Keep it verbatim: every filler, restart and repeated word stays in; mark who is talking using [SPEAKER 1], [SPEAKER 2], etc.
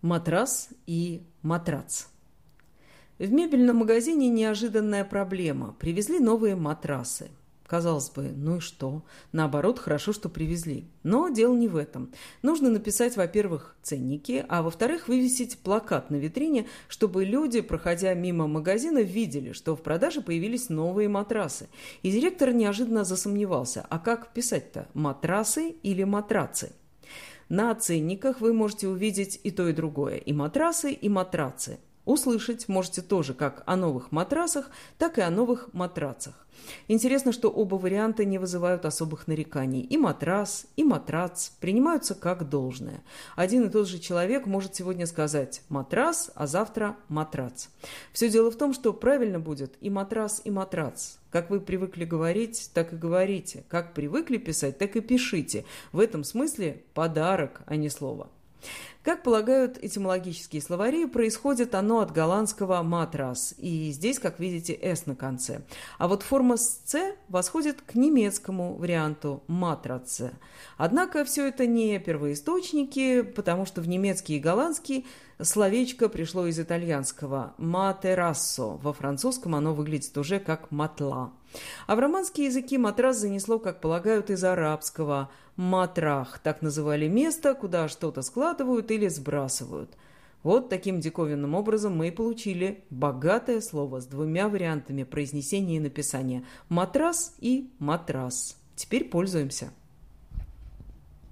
[SPEAKER 1] Матрас и матрац. В мебельном магазине неожиданная проблема. Привезли новые матрасы. Казалось бы, ну и что? Наоборот, хорошо, что привезли. Но дело не в этом. Нужно написать, во-первых, ценники, а во-вторых, вывесить плакат на витрине, чтобы люди, проходя мимо магазина, видели, что в продаже появились новые матрасы. И директор неожиданно засомневался, а как писать-то? Матрасы или матрацы? На ценниках вы можете увидеть и то, и другое. И матрасы, и матрацы. Услышать можете тоже как о новых матрасах, так и о новых матрацах. Интересно, что оба варианта не вызывают особых нареканий. И матрас, и матрац принимаются как должное. Один и тот же человек может сегодня сказать «матрас», а завтра «матрац». Все дело в том, что правильно будет и матрас, и матрац. Как вы привыкли говорить, так и говорите. Как привыкли писать, так и пишите. В этом смысле подарок, а не слово. Как полагают этимологические словари, происходит оно от голландского «матрас», и здесь, как видите, «с» на конце. А вот форма с «ц» восходит к немецкому варианту «матраце». Однако все это не первоисточники, потому что в немецкий и голландский словечко пришло из итальянского «матерассо», во французском оно выглядит уже как «матла». А в романские языки матрас занесло, как полагают, из арабского «матрах». Так называли место, куда что-то складывают или сбрасывают. Вот таким диковинным образом мы и получили богатое слово с двумя вариантами произнесения и написания – матрас и матрас. Теперь пользуемся.